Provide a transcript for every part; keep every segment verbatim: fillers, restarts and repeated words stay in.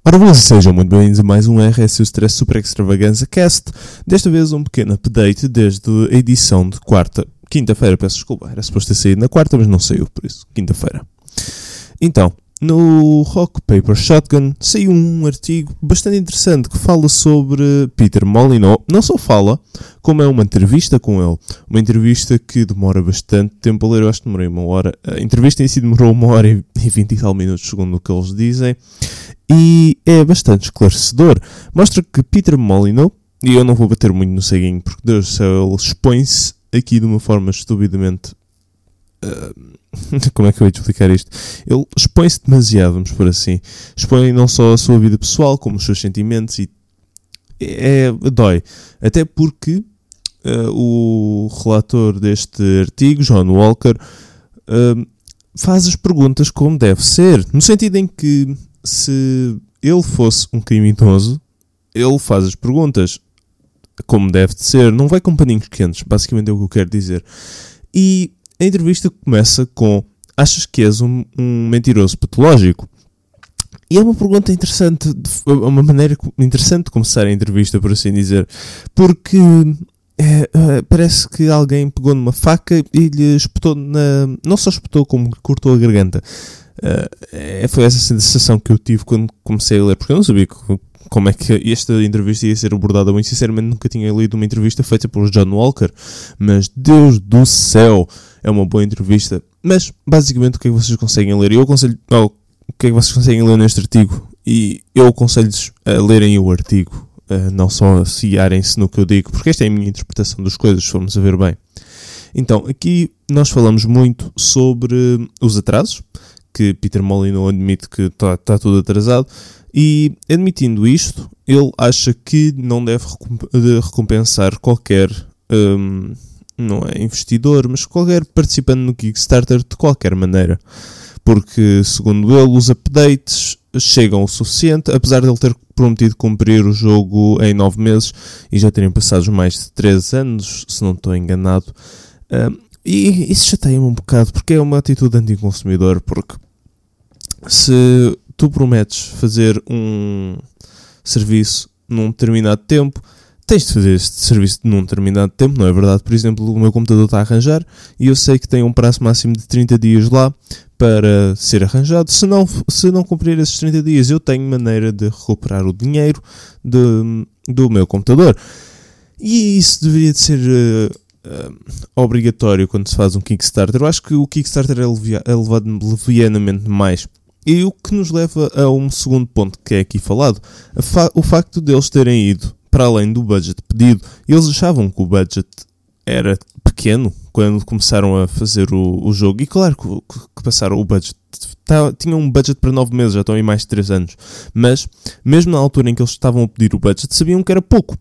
Ora boas e sejam muito bem-vindos a mais um R S U Stress Super Extravaganza Cast. Desta vez um pequeno update desde a edição de quarta, quinta-feira, peço desculpa, era suposto ter saído na quarta, mas não saiu, por isso, quinta-feira. Então, no Rock Paper Shotgun saiu um artigo bastante interessante que fala sobre Peter Molyneux. Não só fala, como é uma entrevista com ele. Uma entrevista que demora bastante tempo a ler, eu acho que demorei uma hora. A entrevista em si demorou uma hora e vinte e tal minutos, segundo o que eles dizem. E é bastante esclarecedor. Mostra que Peter Molyneux, e eu não vou bater muito no ceguinho, porque Deus do céu, ele expõe-se aqui de uma forma estupidamente... Uh, como é que eu ia te explicar isto? Ele expõe-se demasiado, vamos por assim. Expõe não só a sua vida pessoal, como os seus sentimentos, e é, dói. Até porque uh, o relator deste artigo, John Walker, uh, faz as perguntas como deve ser. No sentido em que, se ele fosse um criminoso, ele faz as perguntas como deve de ser. Não vai com paninhos quentes, basicamente é o que eu quero dizer. E a entrevista começa com: achas que és um, um mentiroso patológico? E é uma pergunta interessante, é uma maneira interessante de começar a entrevista, por assim dizer, porque é, é, parece que alguém pegou numa faca e lhe espetou na... não só espetou, como cortou a garganta. É, foi essa sensação que eu tive quando comecei a ler, porque eu não sabia como é que esta entrevista ia ser abordada. Muito sinceramente nunca tinha lido uma entrevista feita por John Walker, mas Deus do céu, é uma boa entrevista. Mas basicamente o que é que vocês conseguem ler? Eu aconselho, oh, o que é que vocês conseguem ler neste artigo? E eu aconselho-lhes a lerem o artigo, uh, não só a fiarem-se no que eu digo, porque esta é a minha interpretação das coisas, se formos a ver bem. Então, aqui nós falamos muito sobre os atrasos, que Peter Molyneux admite que está tá tudo atrasado, e admitindo isto, ele acha que não deve recompensar qualquer, um, não é investidor, mas qualquer participante no Kickstarter de qualquer maneira. Porque, segundo ele, os updates chegam o suficiente, apesar de ele ter prometido cumprir o jogo em nove meses, e já terem passado mais de três anos, se não estou enganado. Um, e isso chateia-me um bocado, porque é uma atitude anti-consumidor, porque se tu prometes fazer um serviço num determinado tempo, tens de fazer este serviço num determinado tempo, não é verdade? Por exemplo, o meu computador está a arranjar e eu sei que tem um prazo máximo de trinta dias lá para ser arranjado. Se não, se não cumprir esses trinta dias, eu tenho maneira de recuperar o dinheiro de, do meu computador. E isso deveria de ser uh, uh, obrigatório quando se faz um Kickstarter. Eu acho que o Kickstarter é, levia, é levado levianamente mais. E o que nos leva a um segundo ponto que é aqui falado, fa- o facto de eles terem ido para além do budget pedido. Eles achavam que o budget era pequeno quando começaram a fazer o, o jogo, e claro que, que passaram o budget, tá, tinham um budget para nove meses, já estão em mais de três anos, mas mesmo na altura em que eles estavam a pedir o budget, sabiam que era pouco,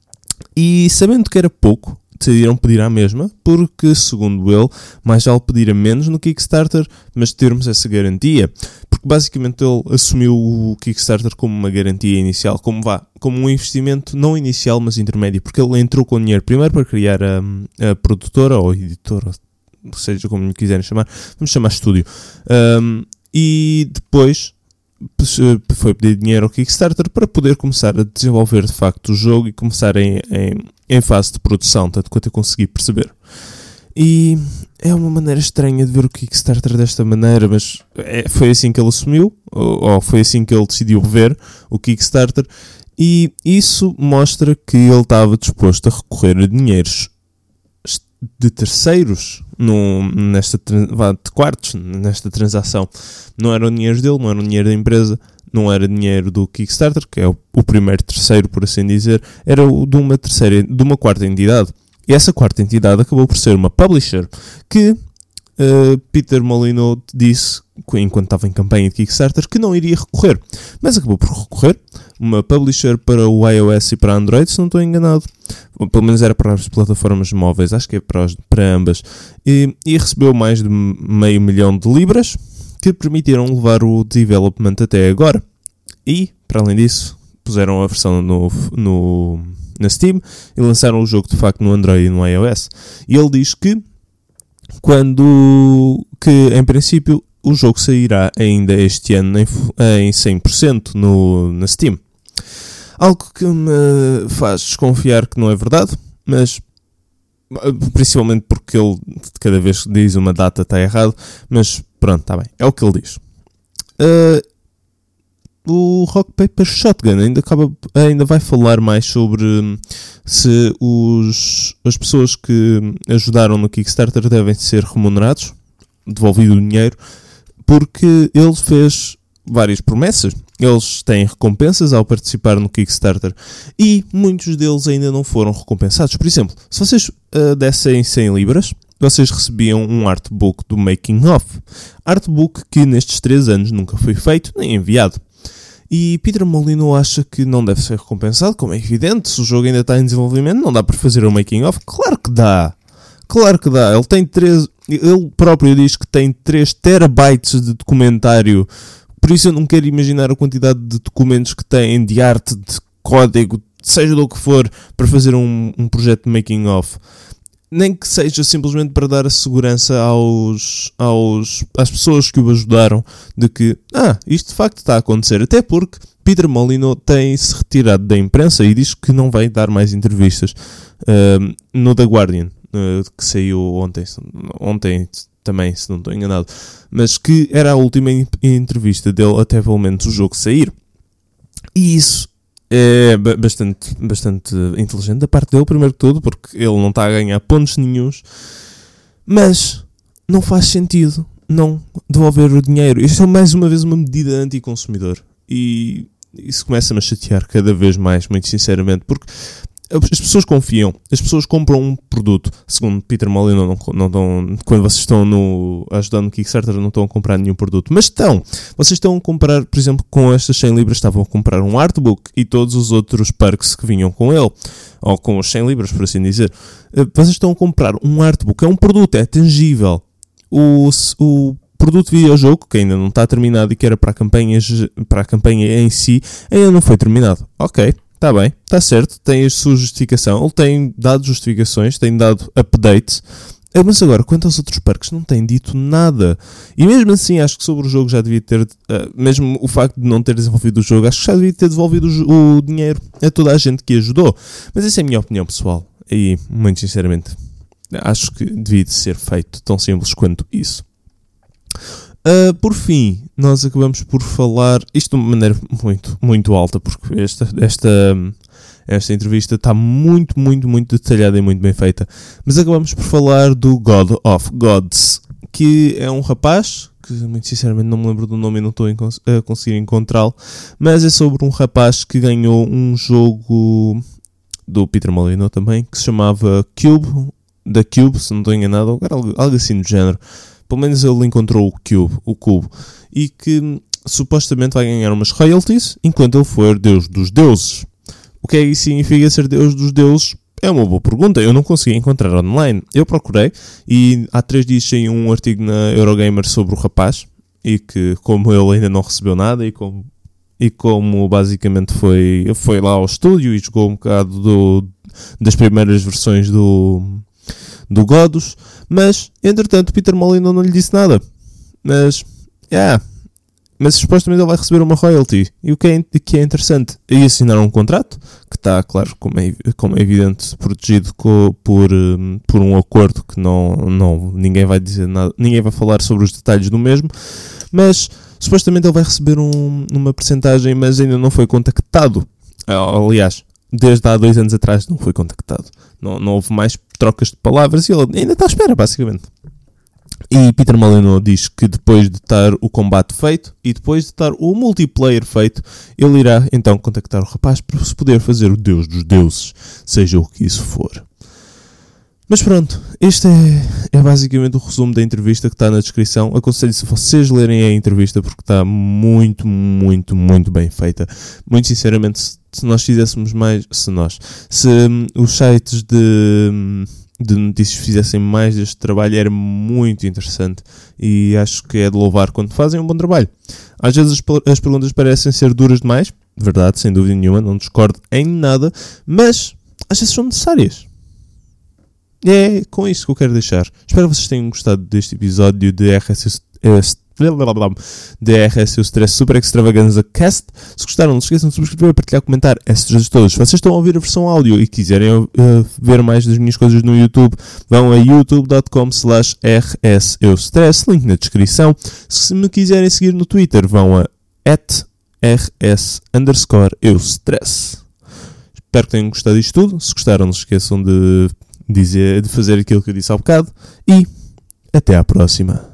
e sabendo que era pouco, decidiram pedir à mesma, porque, segundo ele, mais vale pedir a menos no Kickstarter, mas termos essa garantia. Porque, basicamente, ele assumiu o Kickstarter como uma garantia inicial, como, vá, como um investimento não inicial, mas intermédio, porque ele entrou com dinheiro primeiro para criar a, a produtora, ou editora, seja como lhe quiserem chamar, vamos chamar estúdio, um, e depois foi pedir dinheiro ao Kickstarter para poder começar a desenvolver de facto o jogo e começar em, em, em fase de produção, tanto quanto eu consegui perceber. E é uma maneira estranha de ver o Kickstarter desta maneira, mas é, foi assim que ele assumiu, ou, ou foi assim que ele decidiu ver o Kickstarter, e isso mostra que ele estava disposto a recorrer a dinheiros de terceiros no, nesta, de quartos nesta transação. Não eram dinheiros dele, não era dinheiro da empresa, não era dinheiro do Kickstarter, que é o, o primeiro terceiro, por assim dizer, era o de uma terceira, de uma quarta entidade. E essa quarta entidade acabou por ser uma publisher que uh, Peter Molyneux disse, enquanto estava em campanha de Kickstarter, que não iria recorrer, mas acabou por recorrer. Uma publisher para o iOS e para Android, se não estou enganado, pelo menos era para as plataformas móveis, acho que é para, os, para ambas, e, e recebeu mais de meio milhão de libras que permitiram levar o development até agora. E, para além disso, puseram a versão no, no, na Steam e lançaram o jogo de facto no Android e no iOS. E ele diz que quando que em princípio o jogo sairá ainda este ano em, em cem por cento no, na Steam. Algo que me faz desconfiar que não é verdade, mas principalmente porque ele cada vez que diz uma data está errado, mas pronto, está bem, é o que ele diz. Uh, o Rock Paper Shotgun ainda, acaba, ainda vai falar mais sobre se os, as pessoas que ajudaram no Kickstarter devem ser remunerados, devolvido o dinheiro, porque ele fez várias promessas. Eles têm recompensas ao participar no Kickstarter e muitos deles ainda não foram recompensados. Por exemplo, se vocês uh, dessem cem libras, vocês recebiam um artbook do Making Of. Artbook que nestes três anos nunca foi feito nem enviado. E Peter Molyneux acha que não deve ser recompensado, como é evidente. Se o jogo ainda está em desenvolvimento, não dá para fazer o Making Of. Claro que dá. Claro que dá. Ele tem três... Ele próprio diz que tem três terabytes de documentário. Por isso eu não quero imaginar a quantidade de documentos que têm, de arte, de código, seja do que for, para fazer um, um projeto de making of. Nem que seja simplesmente para dar a segurança aos, aos, às pessoas que o ajudaram de que, ah, isto de facto está a acontecer. Até porque Peter Molyneux tem-se retirado da imprensa e diz que não vai dar mais entrevistas uh, no The Guardian, uh, que saiu ontem. Ontem também, se não estou enganado, mas que era a última entrevista dele até pelo menos o jogo sair. E isso é bastante, bastante inteligente da parte dele, primeiro que tudo, porque ele não está a ganhar pontos nenhuns, mas não faz sentido não devolver o dinheiro. Isto é mais uma vez uma medida anticonsumidor e isso começa-me a chatear cada vez mais, muito sinceramente, porque as pessoas confiam, as pessoas compram um produto, segundo Peter Molyneux, não, não estão, quando vocês estão no, ajudando no Kickstarter, não estão a comprar nenhum produto, mas estão, vocês estão a comprar, por exemplo, com estas cem libras, estavam a comprar um artbook e todos os outros perks que vinham com ele, ou com os cem libras, por assim dizer, vocês estão a comprar um artbook, é um produto, é tangível, o, o produto videojogo, que ainda não está terminado e que era para a campanha, para a campanha em si, ainda não foi terminado, ok. Está bem, está certo, tem a sua justificação, ele tem dado justificações, tem dado updates, mas agora, quanto aos outros perks, não tem dito nada. E mesmo assim, acho que sobre o jogo já devia ter, uh, mesmo o facto de não ter desenvolvido o jogo, acho que já devia ter devolvido o, o dinheiro a toda a gente que ajudou. Mas essa é a minha opinião pessoal, e muito sinceramente, acho que devia de ser feito tão simples quanto isso. Uh, por fim, nós acabamos por falar, isto de uma maneira muito, muito alta, porque esta, esta, esta entrevista está muito, muito, muito detalhada e muito bem feita, mas acabamos por falar do God of Gods, que é um rapaz, que muito sinceramente não me lembro do nome e não estou a conseguir encontrá-lo, mas é sobre um rapaz que ganhou um jogo do Peter Molyneux também, que se chamava Cube, da Cube, se não estou enganado, algo, algo assim do género. Pelo menos ele encontrou o Cube, o cubo, e que supostamente vai ganhar umas royalties enquanto ele for Deus dos deuses. O que é que isso significa ser Deus dos deuses? É uma boa pergunta, eu não consegui encontrar online. Eu procurei e há três dias saiu um artigo na Eurogamer sobre o rapaz e que como ele ainda não recebeu nada e como, e como basicamente foi, foi lá ao estúdio e jogou um bocado do, das primeiras versões do... do Godus, mas entretanto Peter Molyneux não lhe disse nada, mas yeah, mas supostamente ele vai receber uma royalty, e o que é, que é interessante é assinar um contrato que está, claro, como é, como é evidente, protegido co, por, um, por um acordo que não, não, ninguém vai dizer nada, ninguém vai falar sobre os detalhes do mesmo, mas supostamente ele vai receber um, uma percentagem, mas ainda não foi contactado. Aliás, desde há dois anos atrás não foi contactado. Não, não houve mais trocas de palavras e ele ainda está à espera, basicamente. E Peter Molyneux diz que depois de estar o combate feito e depois de estar o multiplayer feito, ele irá então contactar o rapaz para se poder fazer o Deus dos deuses, seja o que isso for. Mas pronto, este é, é basicamente o resumo da entrevista que está na descrição. Aconselho-se a vocês lerem a entrevista porque está muito, muito, muito bem feita. Muito sinceramente, se, se nós fizéssemos mais... Se nós... Se um, os sites de, de notícias fizessem mais deste trabalho, era muito interessante. E acho que é de louvar quando fazem um bom trabalho. Às vezes as, as perguntas parecem ser duras demais. Verdade, sem dúvida nenhuma, não discordo em nada. Mas às vezes são necessárias. É com isso que eu quero deixar. Espero que vocês tenham gostado deste episódio de R S S, D R S, o Stress Super Extravaganza Cast. Se gostaram, não se esqueçam de subscrever, partilhar, comentar essas coisas todas. Se vocês estão a ouvir a versão áudio e quiserem uh, ver mais das minhas coisas no YouTube, vão a youtube.com slash rseustress, link na descrição. Se me quiserem seguir no Twitter, vão a at rs underscore eustress. Espero que tenham gostado disto tudo. Se gostaram, não se esqueçam de, dizer, de fazer aquilo que eu disse há bocado. E até à próxima.